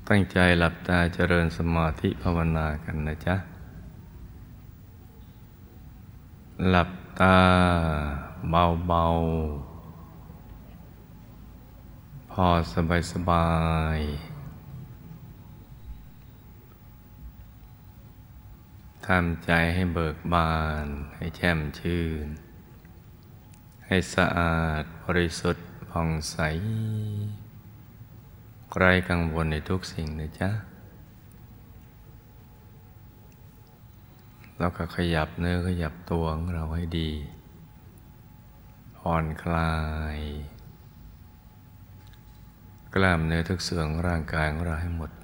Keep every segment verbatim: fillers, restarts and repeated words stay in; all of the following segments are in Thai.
ตั้งใจหลับตาเจริญสมาธิภาวนากันนะจ๊ะหลับตาเบาๆพอสบายๆทำใจให้เบิกบานให้แช่มชื่นให้สะอาดบริสุทธิ์ผ่องใสไร้กังวลในทุกสิ่งนะจ๊ะแล้วก็ขยับเนื้อขยับตัวของเราให้ดีผ่อนคลายกล้ามเนื้อทุกส่วนของร่างกายของเราให้หมด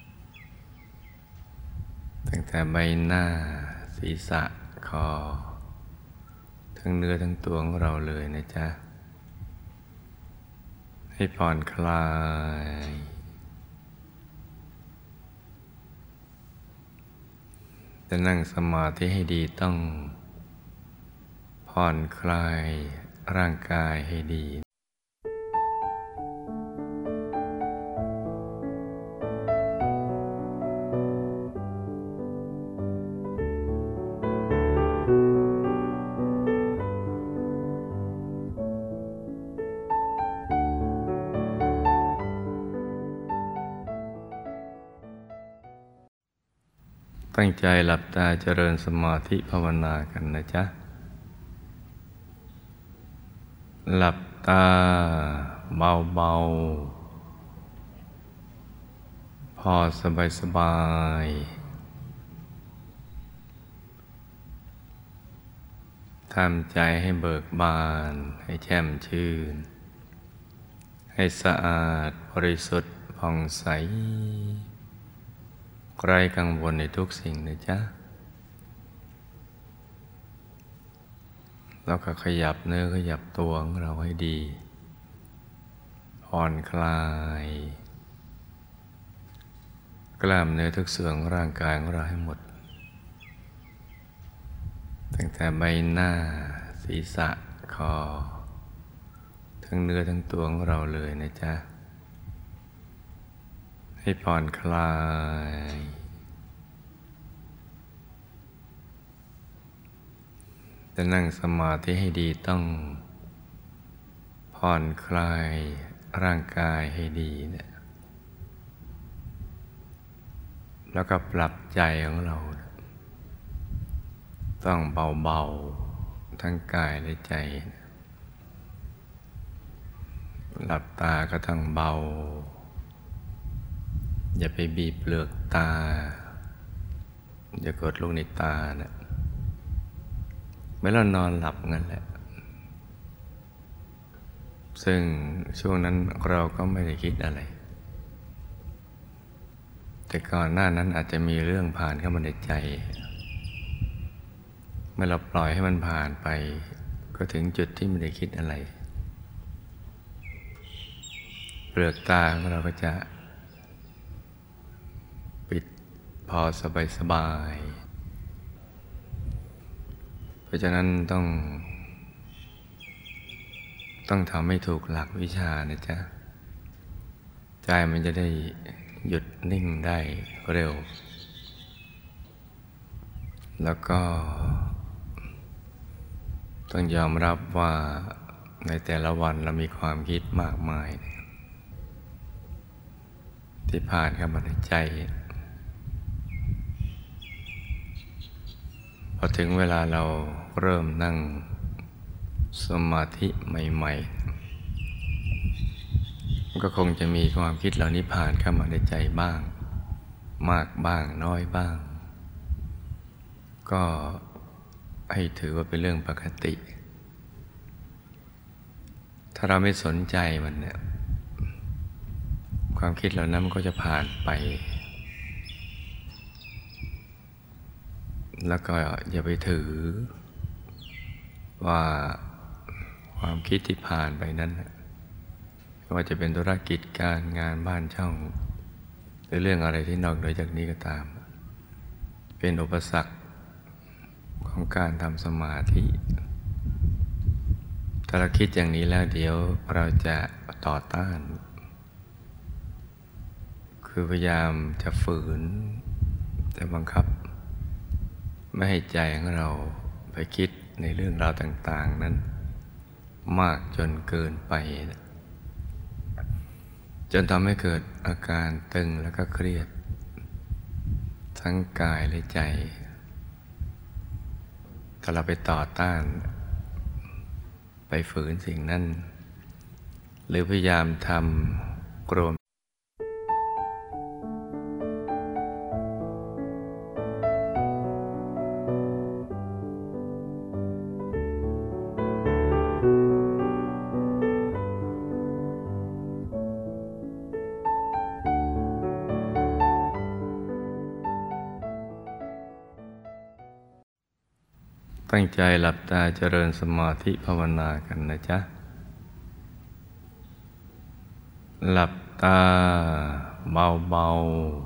ตั้งแต่ใบหน้าศีรษะคอทั้งเนื้อทั้งตัวของเราเลยนะจ๊ะให้ผ่อนคลายจะนั่งสมาธิให้ดีต้องผ่อนคลายร่างกายให้ดีตั้งใจหลับตาเจริญสมาธิภาวนากันนะจ๊ะหลับตาเบาๆพอสบายๆทำใจให้เบิกบานให้แช่มชื่นให้สะอาดบริสุทธิ์ผ่องใสไร้กังวลในทุกสิ่งนะจ๊ะแล้วก็ขยับเนื้อขยับตัวของเราให้ดีผ่อนคลายกล้ามเนื้อทุกส่วนของร่างกายของเราให้หมดตั้งแต่ใบหน้าศีรษะคอทั้งเนื้อทั้งตัวของเราเลยนะจ๊ะให้ผ่อนคลายจะนั่งสมาธิให้ดีต้องผ่อนคลายร่างกายให้ดีเนี่ยแล้วก็ปรับใจของเราต้องเบาๆทั้งกายและใจหลับตาก็ต้องเบาอย่าไปบีบเปลือกตาอย่ากดลูกในตานะเมื่อเรานอนหลับงั้นแหละซึ่งช่วงนั้นเราก็ไม่ได้คิดอะไรแต่ก่อนหน้านั้นอาจจะมีเรื่องผ่านเข้ามาในใจเมื่อเราปล่อยให้มันผ่านไปก็ถึงจุดที่ไม่ได้คิดอะไรเปลือกตาของเราก็จะปิดพอสบายๆเพราะฉะนั้นต้องต้องทำให้ถูกหลักวิชานะจ๊ะใจมันจะได้หยุดนิ่งได้เร็วแล้วก็ต้องยอมรับว่าในแต่ละวันเรามีความคิดมากมายที่ผ่านเข้ามาในใจพอถึงเวลาเราเริ่มนั่งสมาธิใหม่ๆก็คงจะมีความคิดเหล่านี้ผ่านเข้ามาในใจบ้างมากบ้างน้อยบ้างก็ให้ถือว่าเป็นเรื่องปกติถ้าเราไม่สนใจมันเนี่ยความคิดเหล่านั้นมันก็จะผ่านไปแล้วก็อย่าไปถือว่าความคิดที่ผ่านไปนั้นไม่ว่าจะเป็นธุรกิจการงานบ้านช่องหรือเรื่องอะไรที่นอกเหนือจากนี้ก็ตามเป็นอุปสรรคของการทำสมาธิถ้าเราคิดอย่างนี้แล้วเดี๋ยวเราจะต่อต้าน คคือพยายามจะฝืนจะบังคับไม่ให้ใจของเราไปคิดในเรื่องราวต่างๆนั้นมากจนเกินไปนะจนทำให้เกิดอาการตึงแล้วก็เครียดทั้งกายและใจถ้าเราไปต่อต้านไปฝืนสิ่งนั้นหรือพยายามทำกรวมตั้งใจหลับตาเจริญสมาธิภาวนากันนะจ๊ะหลับตาเบา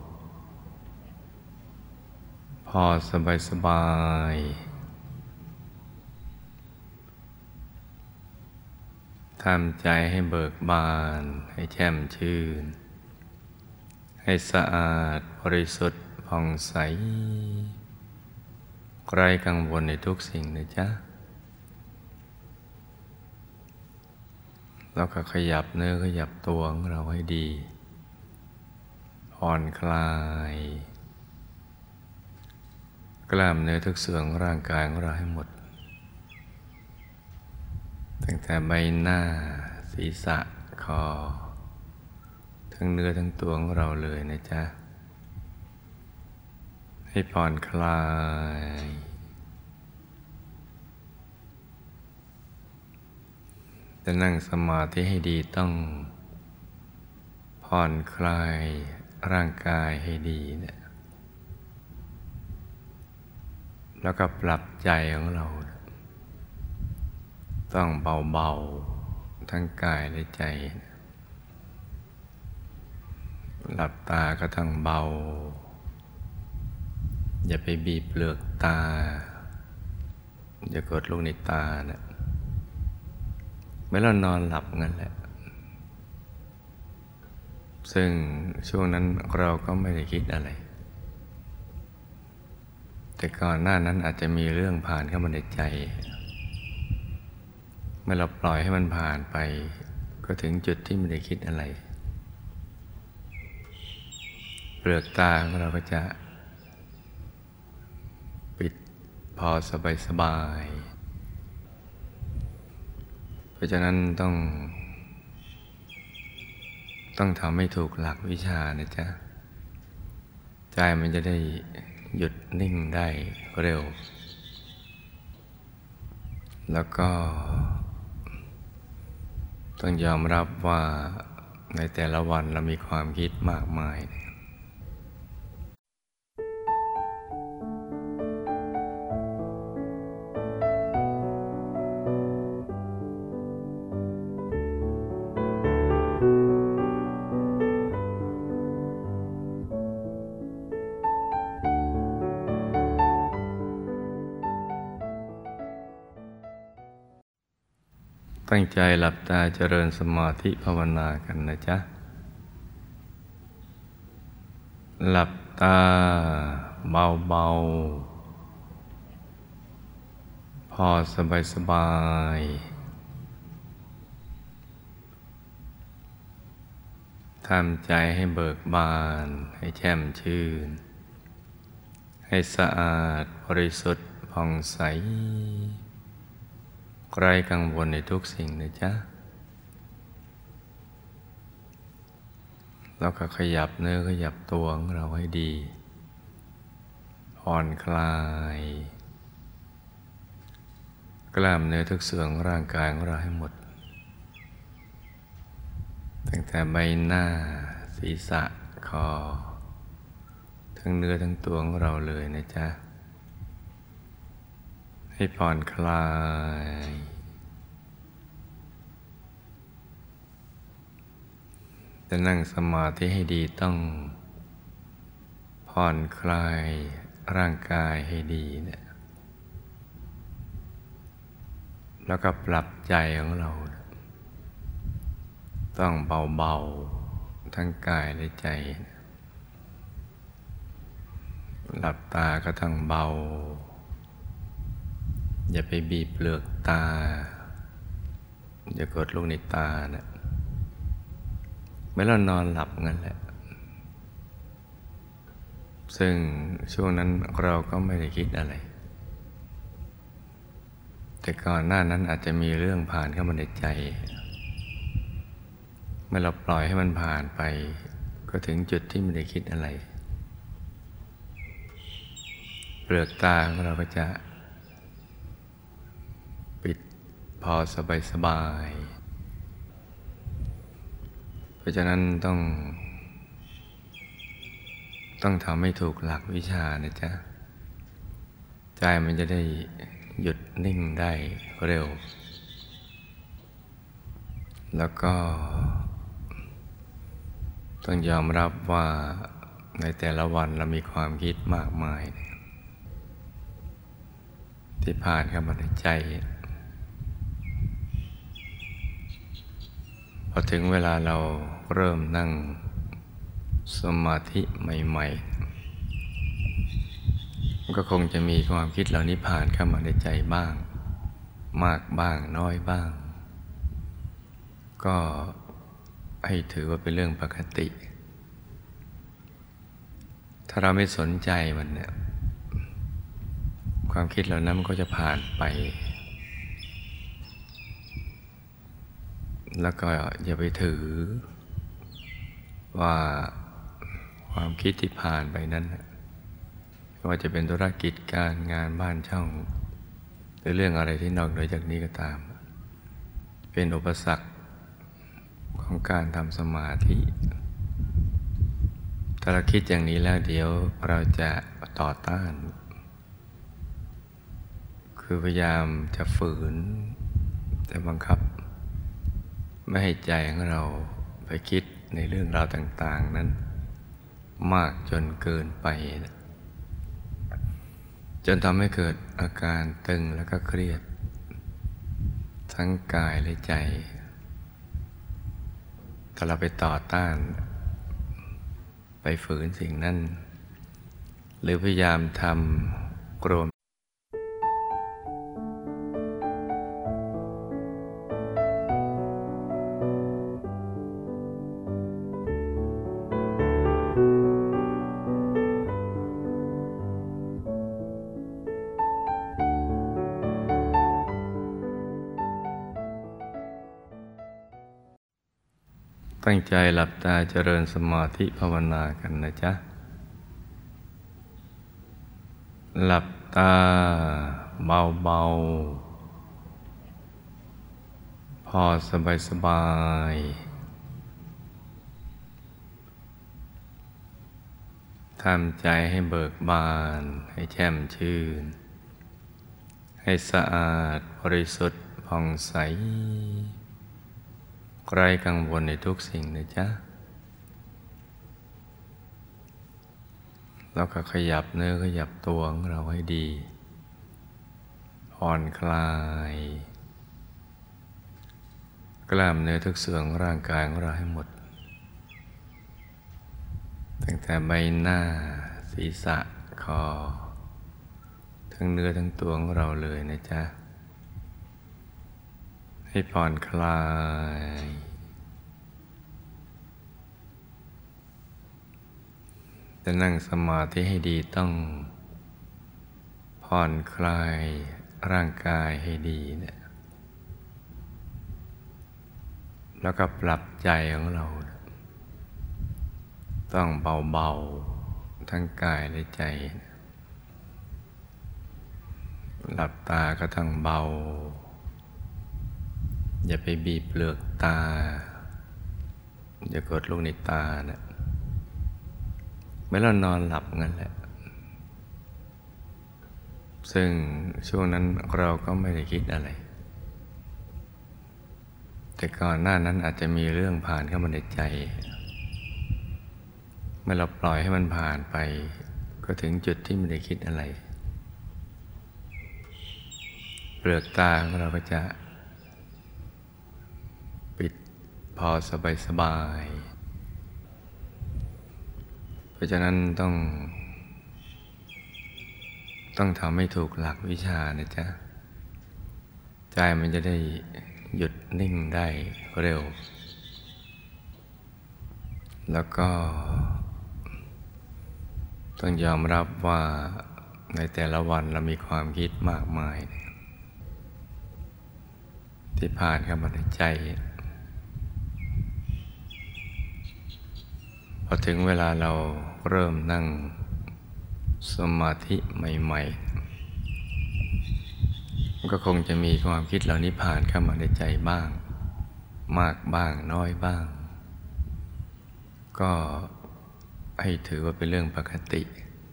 ๆพอสบายๆทำใจให้เบิกบานให้แช่มชื่นให้สะอาดบริสุทธิ์ผ่องใสไร้กังวลในทุกสิ่งนะจ๊ะแล้วก็ขยับเนื้อขยับตัวของเราให้ดีผ่อนคลายกล้ามเนื้อทุกส่วนของร่างกายของเราให้หมดตั้งแต่ใบหน้าศีรษะคอทั้งเนื้อทั้งตัวของเราเลยนะจ๊ะให้ผ่อนคลายจะนั่งสมาธิให้ดีต้องผ่อนคลายร่างกายให้ดีเนี่ยแล้วก็ปรับใจของเราต้องเบาๆทั้งกายและใจหลับตาก็ต้องเบาอย่าไปบีบเปลือกตาอย่ากดลงในตานะเมื่อเรานอนหลับงั้นแหละซึ่งช่วงนั้นเราก็ไม่ได้คิดอะไรแต่ก่อนหน้านั้นอาจจะมีเรื่องผ่านเข้ามาในใจเมื่อเราปล่อยให้มันผ่านไปก็ถึงจุดที่ไม่ได้คิดอะไรเปลือกตาของเราก็จะปิดพอสบายๆเพราะฉะนั้นต้องต้องทำให้ถูกหลักวิชานะจ๊ะใจมันจะได้หยุดนิ่งได้เร็วแล้วก็ต้องยอมรับว่าในแต่ละวันเรามีความคิดมากมายตั้งใจหลับตาเจริญสมาธิภาวนากันนะจ๊ะหลับตาเบาๆพอสบายๆทำใจให้เบิกบานให้แช่มชื่นให้สะอาดบริสุทธิ์ผ่องใสไร้กังวลในทุกสิ่งนะจ๊ะแล้วก็ขยับเนื้อขยับตัวของเราให้ดีผ่อนคลายกล้ามเนื้อทุกส่วนของร่างกายของเราให้หมดตั้งแต่ใบหน้าศีรษะคอทั้งเนื้อทั้งตัวของเราเลยนะจ๊ะให้ผ่อนคลายจะนั่งสมาธิให้ดีต้องผ่อนคลายร่างกายให้ดีเนี่ยแล้วก็ปรับใจของเราต้องเบาๆทั้งกายและใจหลับตาก็ต้องเบาอย่าไปบีบเปลือกตาอย่ากดลูกในตานะเมื่อเรานอนหลับงั้นแหละซึ่งช่วงนั้นเราก็ไม่ได้คิดอะไรแต่ก่อนหน้านั้นอาจจะมีเรื่องผ่านเข้ามาในใจเมื่อเราปล่อยให้มันผ่านไปก็ถึงจุดที่ไม่ได้คิดอะไรเปลือกตาของเราก็จะปิดพอสบายๆเพราะฉะนั้นต้องต้องทำให้ถูกหลักวิชานะจ๊ะใจมันจะได้หยุดนิ่งได้เร็วแล้วก็ต้องยอมรับว่าในแต่ละวันเรามีความคิดมากมายที่ผ่านเข้ามาในใจพอถึงเวลาเราเริ่มนั่งสมาธิใหม่ๆก็คงจะมีความคิดเหล่านี้ผ่านเข้ามาในใจบ้างมากบ้างน้อยบ้างก็ให้ถือว่าเป็นเรื่องปกติถ้าเราไม่สนใจมันเนี่ยความคิดเหล่านั้นมันก็จะผ่านไปแล้วก็อย่าไปถือว่าความคิดที่ผ่านไปนั้นไม่ว่าจะเป็นธุรกิจการงานบ้านช่องหรือเรื่องอะไรที่นอกเหนือจากนี้ก็ตามเป็นอุปสรรคของการทำสมาธิถ้าเราคิดอย่างนี้แล้วเดี๋ยวเราจะต่อต้านคือพยายามจะฝืนจะบังคับไม่ให้ใจของเราไปคิดในเรื่องราวต่างๆนั้นมากจนเกินไปจนทำให้เกิดอาการตึงแล้วก็เครียดทั้งกายและใจถ้าเราไปต่อต้านไปฝืนสิ่งนั้นหรือพยายามทำกรวมตั้งใจหลับตาเจริญสมาธิภาวนากันนะจ๊ะหลับตาเบาๆพอสบายๆทำใจให้เบิกบานให้แช่มชื่นให้สะอาดบริสุทธิ์ผ่องใสไร้กังวลในทุกสิ่งนะจ๊ะแล้วก็ขยับเนื้อขยับตัวของเราให้ดีผ่อนคลายกล้ามเนื้อทุกส่วนของร่างกายของเราให้หมดตั้งแต่ใบหน้าศีรษะคอทั้งเนื้อทั้งตัวของเราเลยนะจ๊ะให้ผ่อนคลายจะนั่งสมาธิให้ดีต้องผ่อนคลายร่างกายให้ดีเนี่ยแล้วก็ปรับใจของเราต้องเบาๆทั้งกายและใจหลับตาก็ต้องเบาอย่าไปบีบเปลือกตาอย่ากดลูกในตานะเมื่อเรานอนหลับงั้นแหละซึ่งช่วงนั้นเราก็ไม่ได้คิดอะไรแต่ก่อนหน้านั้นอาจจะมีเรื่องผ่านเข้ามาในใจเมื่อเราปล่อยให้มันผ่านไปก็ถึงจุดที่ไม่ได้คิดอะไรเปลือกตาของเราก็จะปิดพอสบายๆเพราะฉะนั้นต้องต้องทำให้ถูกหลักวิชานะจ๊ะใจมันจะได้หยุดนิ่งได้เร็วแล้วก็ต้องยอมรับว่าในแต่ละวันเรามีความคิดมากมายที่ผ่านเข้ามาในใจพอถึงเวลาเราเริ่มนั่งสมาธิใหม่ๆมันก็คงจะมีความคิดเหล่านี้ผ่านเข้ามาในใจบ้างมากบ้างน้อยบ้างก็ให้ถือว่าเป็นเรื่องปกติ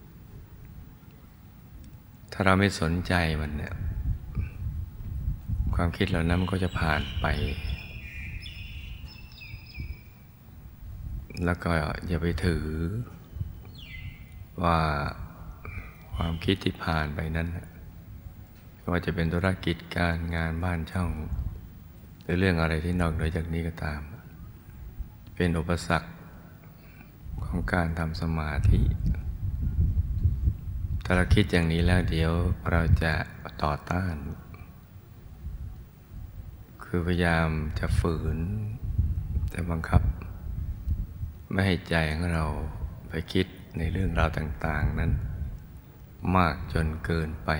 ถ้าเราไม่สนใจมันเนี่ยความคิดเหล่านั้นมันก็จะผ่านไปแล้วก็อย่าไปถือว่าความคิดที่ผ่านไปนั้นไม่ว่าจะเป็นธุรกิจการงานบ้านช่องหรือเรื่องอะไรที่นอกเหนือจากนี้ก็ตามเป็นอุปสรรคของการทำสมาธิถ้าเราคิดอย่างนี้แล้วเดี๋ยวเราจะต่อต้านคือพยายามจะฝืนจะบังคับไม่ให้ใจของเราไปคิดในเรื่องราวต่างๆนั้นมากจนเกินไป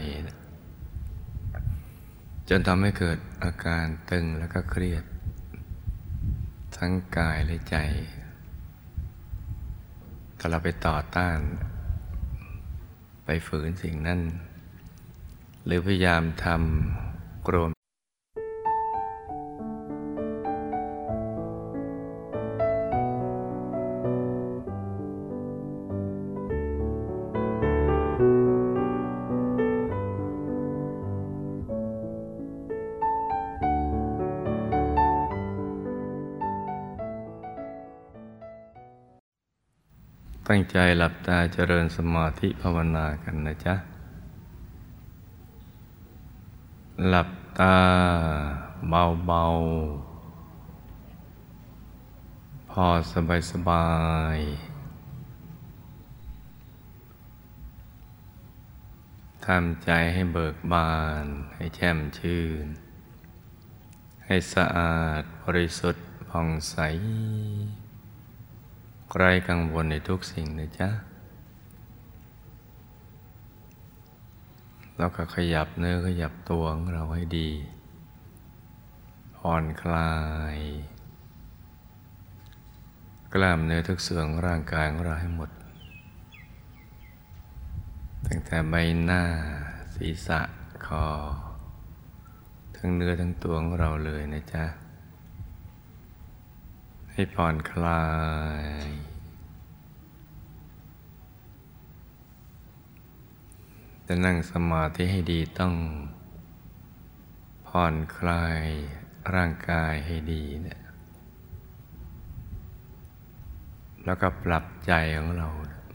จนทำให้เกิดอาการตึงแล้วก็เครียดทั้งกายและใจถ้าเราไปต่อต้านไปฝืนสิ่งนั้นหรือพยายามทำกรวมตั้งใจหลับตาเจริญสมาธิภาวนากันนะจ๊ะหลับตาเบาๆพอสบายๆทำใจให้เบิกบานให้แช่มชื่นให้สะอาดบริสุทธิ์ผ่องใสไร้กังวลในทุกสิ่งนะจ๊ะแล้วก็ขยับเนื้อขยับตัวของเราให้ดีผ่อนคลายกล้ามเนื้อทุกส่วนของร่างกายของเราให้หมดตั้งแต่ใบหน้าศีรษะคอทั้งเนื้อทั้งตัวของเราเลยนะจ๊ะให้ผ่อนคลายจะนั่งสมาธิให้ดีต้องผ่อนคลายร่างกายให้ดีเนี่ยแล้วก็ปรับใจของเรา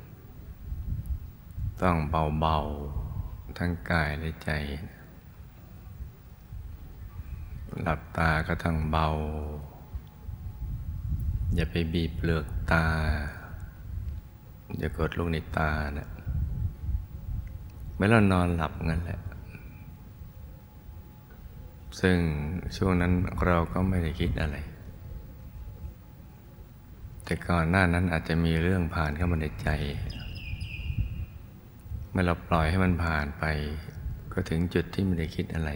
ต้องเบาๆทั้งกายและใจหลับตาก็ต้องเบาอย่าไปบีบเปลือกตาอย่ากดลูกในตานะเมื่อเรานอนหลับงั้นแหละซึ่งช่วงนั้นเราก็ไม่ได้คิดอะไรแต่ก่อนหน้านั้นอาจจะมีเรื่องผ่านเข้ามาในใจเมื่อเราปล่อยให้มันผ่านไปก็ถึงจุดที่ไม่ได้คิดอะไร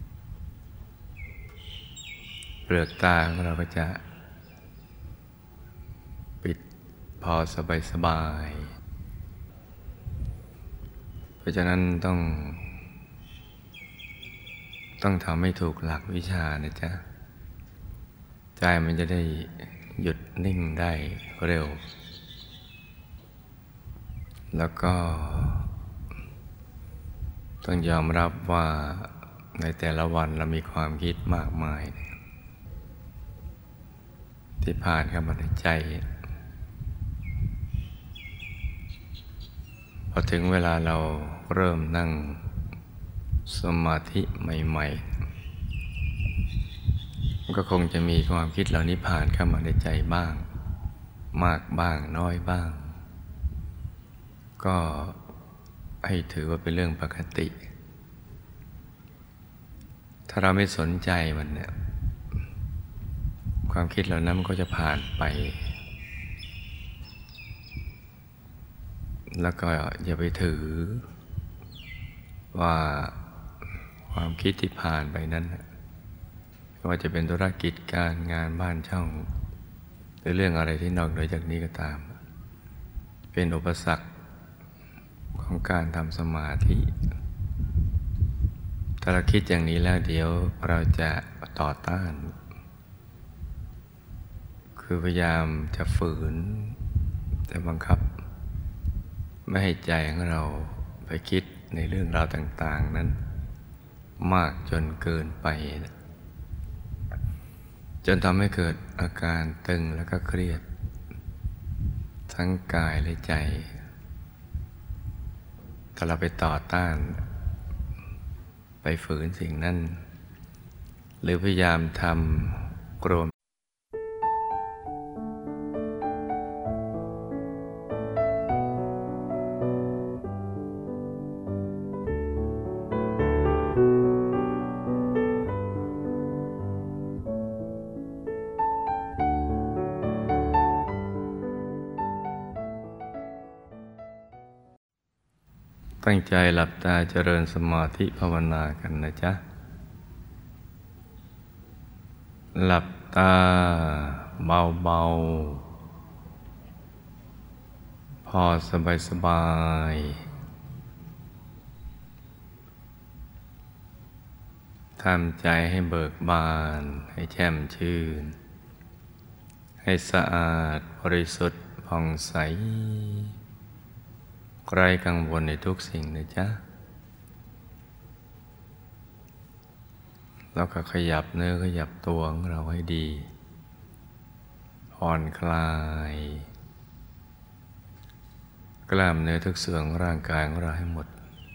เปลือกตาของเราก็จะปิดพอสบายๆเพราะฉะนั้นต้องต้องทำให้ถูกหลักวิชานะจ๊ะใจมันจะได้หยุดนิ่งได้เร็วแล้วก็ต้องยอมรับว่าในแต่ละวันเรามีความคิดมากมายที่ผ่านเข้ามาในใจพอถึงเวลาเราเริ่มนั่งสมาธิใหม่ๆมันก็คงจะมีความคิดเหล่านี้ผ่านเข้ามาในใจบ้างมากบ้างน้อยบ้างก็ให้ถือว่าเป็นเรื่องปกติถ้าเราไม่สนใจมันเนี่ยความคิดเหล่านั้นมันก็จะผ่านไปแล้วก็อย่าไปถือว่าความคิดที่ผ่านไปนั้นไม่ว่าจะเป็นธุรกิจการงานบ้านช่องหรือเรื่องอะไรที่นอกเหนือจากนี้ก็ตามเป็นอุปสรรคของการทำสมาธิถ้าเราคิดอย่างนี้แล้วเดี๋ยวเราจะต่อต้านคือพยายามจะฝืนจะบังคับไม่ให้ใจของเราไปคิดในเรื่องราวต่างๆนั้นมากจนเกินไปจนทำให้เกิดอาการตึงแล้วก็เครียดทั้งกายและใจถ้าเราไปต่อต้านไปฝืนสิ่งนั้นหรือพยายามทำกรวมตั้งใจหลับตาเจริญสมาธิภาวนากันนะจ๊ะหลับตาเบาๆพอสบายๆทำใจให้เบิกบานให้แช่มชื่นให้สะอาดบริสุทธิ์ผ่องใสไร้กังวลในทุกสิ่งนะจ๊ะแล้วก็ขยับเนื้อขยับตัวของเราให้ดีผ่อนคลายกล้ามเนื้อทุกส่วนของร่างกายของเราให้หมด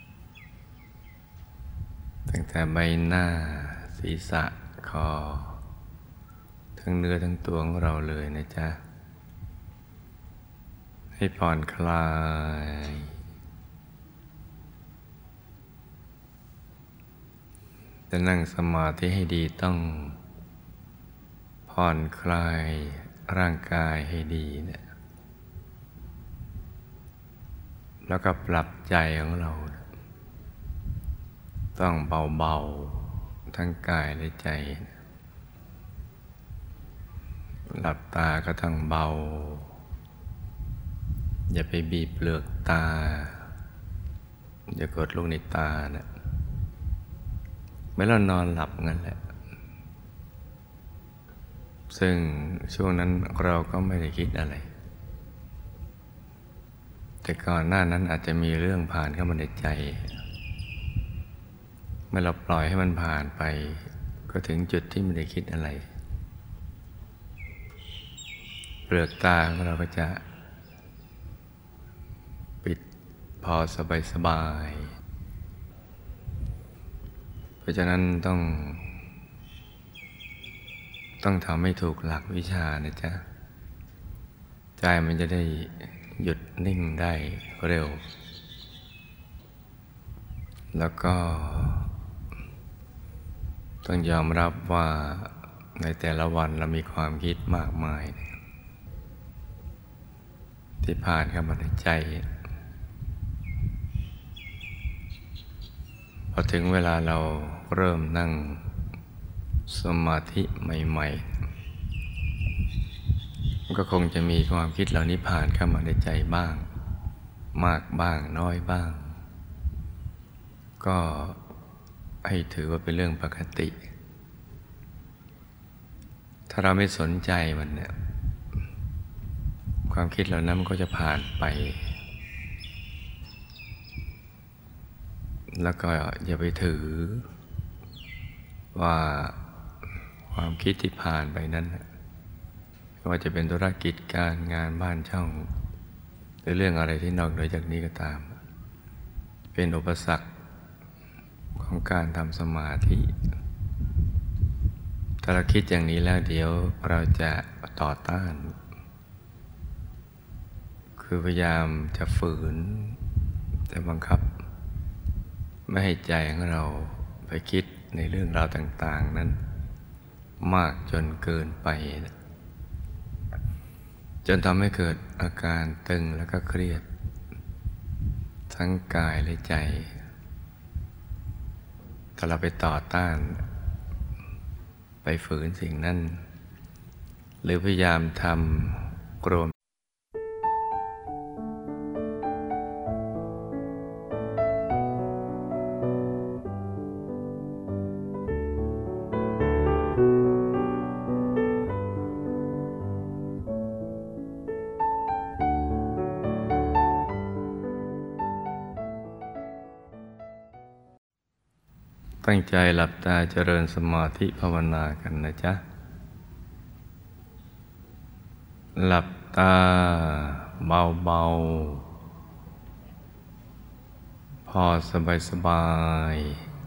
ตั้งแต่ใบหน้าศีรษะคอทั้งเนื้อทั้งตัวของเราเลยนะจ๊ะให้ผ่อนคลายจะนั่งสมาธิให้ดีต้องผ่อนคลายร่างกายให้ดีเนี่ยแล้วก็ปรับใจของเราต้องเบาๆทั้งกายและใจหลับตาก็ต้องเบาอย่าไปบีบเปลือกตาอย่ากดลงในตานะไม่เรานอนหลับงั้นแหละซึ่งช่วงนั้นเราก็ไม่ได้คิดอะไรแต่ก่อนหน้านั้นอาจจะมีเรื่องผ่านเข้ามาในใจเมื่อเราปล่อยให้มันผ่านไปก็ถึงจุดที่ไม่ได้คิดอะไรเปลือกตาของเราก็จะปิดพอสบายสบายเพราะฉะนั้นต้องต้องทำให้ถูกหลักวิชานะจ๊ะใจมันจะได้หยุดนิ่งได้เร็วแล้วก็ต้องยอมรับว่าในแต่ละวันเรามีความคิดมากมายที่ผ่านเข้ามาในใจพอถึงเวลาเราเริ่มนั่งสมาธิใหม่ๆมันก็คงจะมีความคิดเหล่านี้ผ่านเข้ามาในใจบ้างมากบ้างน้อยบ้างก็ให้ถือว่าเป็นเรื่องปกติถ้าเราไม่สนใจมันเนี่ยความคิดเหล่านั้นมันก็จะผ่านไปแล้วก็อย่าไปถือว่าความคิดที่ผ่านไปนั้นไม่ว่าจะเป็นธุรกิจการงานบ้านช่องหรือเรื่องอะไรที่นอกเหนือจากนี้ก็ตามเป็นอุปสรรคของการทำสมาธิถ้าเราคิดอย่างนี้แล้วเดี๋ยวเราจะต่อต้านคือพยายามจะฝืนจะบังคับไม่ให้ใจของเราไปคิดในเรื่องราวต่างๆนั้นมากจนเกินไปนะจนทำให้เกิดอาการตึงแล้วก็เครียดทั้งกายและใจถ้าเราไปต่อต้านไปฝืนสิ่งนั้นหรือพยายามทำกรวมตั้งใจหลับตาเจริญสมาธิภาวนากันนะจ๊ะหลับตาเบาๆพอสบาย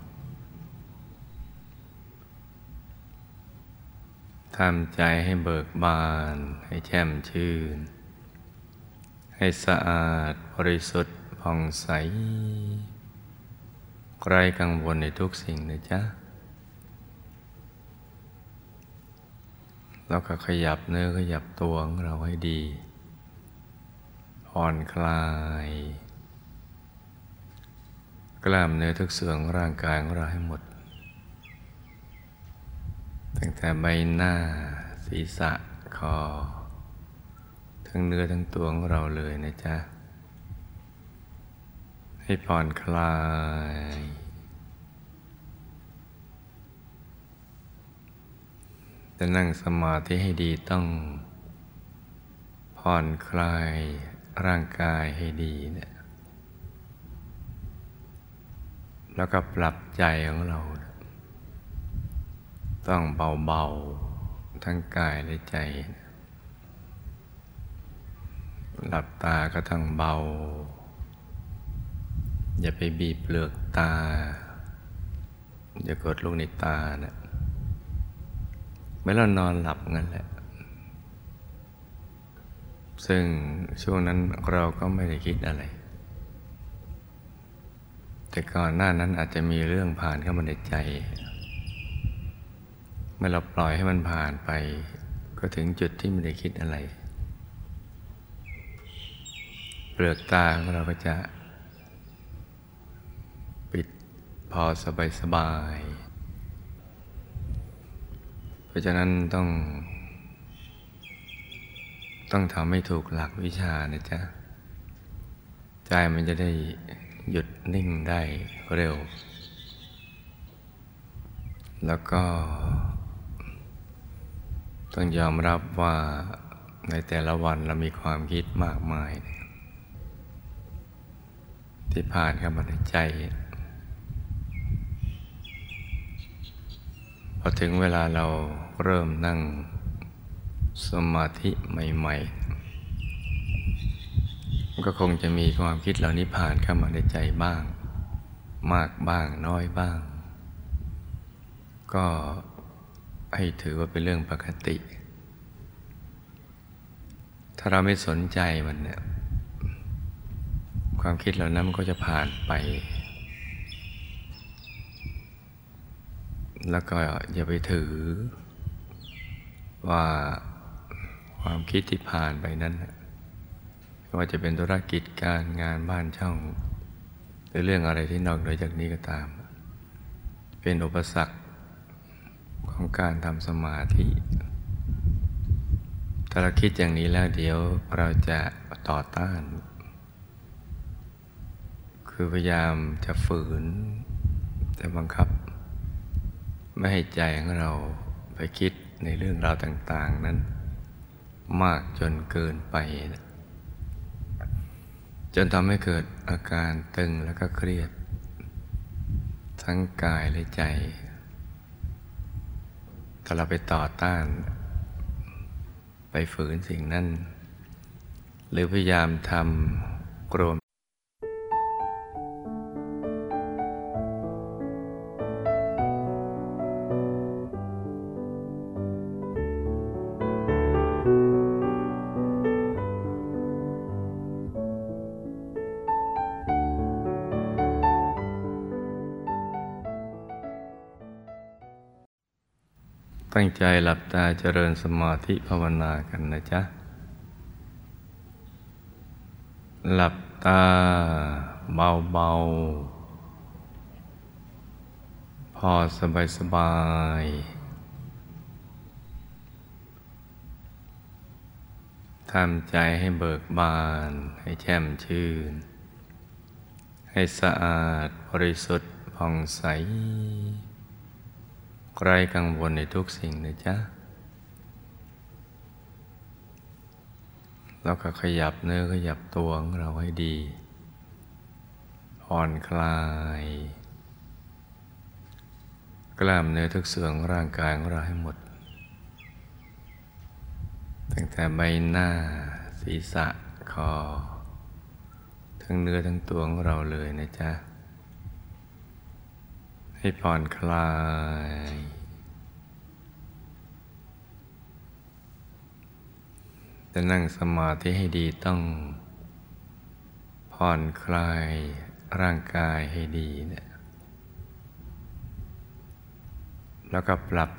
ๆทำใจให้เบิกบานให้แช่มชื่นให้สะอาดบริสุทธิ์ผ่องใสไร้กังวลในทุกสิ่งนะจ๊ะแล้วก็ขยับเนื้อขยับตัวของเราให้ดีผ่อนคลายกล้ามเนื้อทุกส่วนของร่างกายของเราให้หมดตั้งแต่ใบหน้าศีรษะคอทั้งเนื้อทั้งตัวของเราเลยนะจ๊ะให้ผ่อนคลายจะนั่งสมาธิให้ดีต้องผ่อนคลายร่างกายให้ดีเนี่ยแล้วก็ปรับใจของเราต้องเบาๆทั้งกายและใจหลับตาก็ต้องเบาอย่าไปบีบเปลือกตาอย่ากดลูกในตานะเมื่อเรานอนหลับงั้นแหละซึ่งช่วงนั้นเราก็ไม่ได้คิดอะไรแต่ก่อนหน้านั้นอาจจะมีเรื่องผ่านเข้ามาในใจเมื่อเราปล่อยให้มันผ่านไปก็ถึงจุดที่ไม่ได้คิดอะไรเปลือกตาของเราก็จะปิดพอสบายๆเพราะฉะนั้นต้องต้องทำให้ถูกหลักวิชานะจ๊ะใจมันจะได้หยุดนิ่งได้เร็วแล้วก็ต้องยอมรับว่าในแต่ละวันเรามีความคิดมากมายที่ผ่านเข้ามาในใจพอถึงเวลาเราเริ่มนั่งสมาธิใหม่ๆก็คงจะมีความคิดเหล่านี้ผ่านเข้ามาในใจบ้างมากบ้างน้อยบ้างก็ให้ถือว่าเป็นเรื่องปกติถ้าเราไม่สนใจมันเนี่ยความคิดเหล่านั้นมันก็จะผ่านไปแล้วก็อย่าไปถือว่าความคิดที่ผ่านไปนั้นไม่ว่าจะเป็นธุรกิจการงานบ้านช่องหรือเรื่องอะไรที่นอกเหนือจากนี้ก็ตามเป็นอุปสรรคของการทำสมาธิถ้าเราคิดอย่างนี้แล้วเดี๋ยวเราจะต่อต้านคือพยายามจะฝืนจะบังคับไม่ให้ใจของเราไปคิดในเรื่องราวต่างๆนั้นมากจนเกินไปนะจนทำให้เกิดอาการตึงแล้วก็เครียดทั้งกายและใจถ้าเราไปต่อต้านไปฝืนสิ่งนั้นหรือพยายามทำกรวมตั้งใจหลับตาเจริญสมาธิภาวนากันนะจ๊ะหลับตาเบาๆพอสบายๆทำใจให้เบิกบานให้แช่มชื่นให้สะอาดบริสุทธิ์ผ่องใสไร้กังวลในทุกสิ่งนะจ๊ะแล้วก็ขยับเนื้อขยับตัวของเราให้ดีผ่อนคลายกล้ามเนื้อทุกส่วนของร่างกายของเราให้หมดตั้งแต่ใบหน้าศีรษะคอทั้งเนื้อทั้งตัวของเราเลยนะจ๊ะให้ผ่อนคลายจะนั่งสมาธิให้ดีต้องผ่อนคลายร่างกายให้ดีเนี่ยแล้วก็ปรับ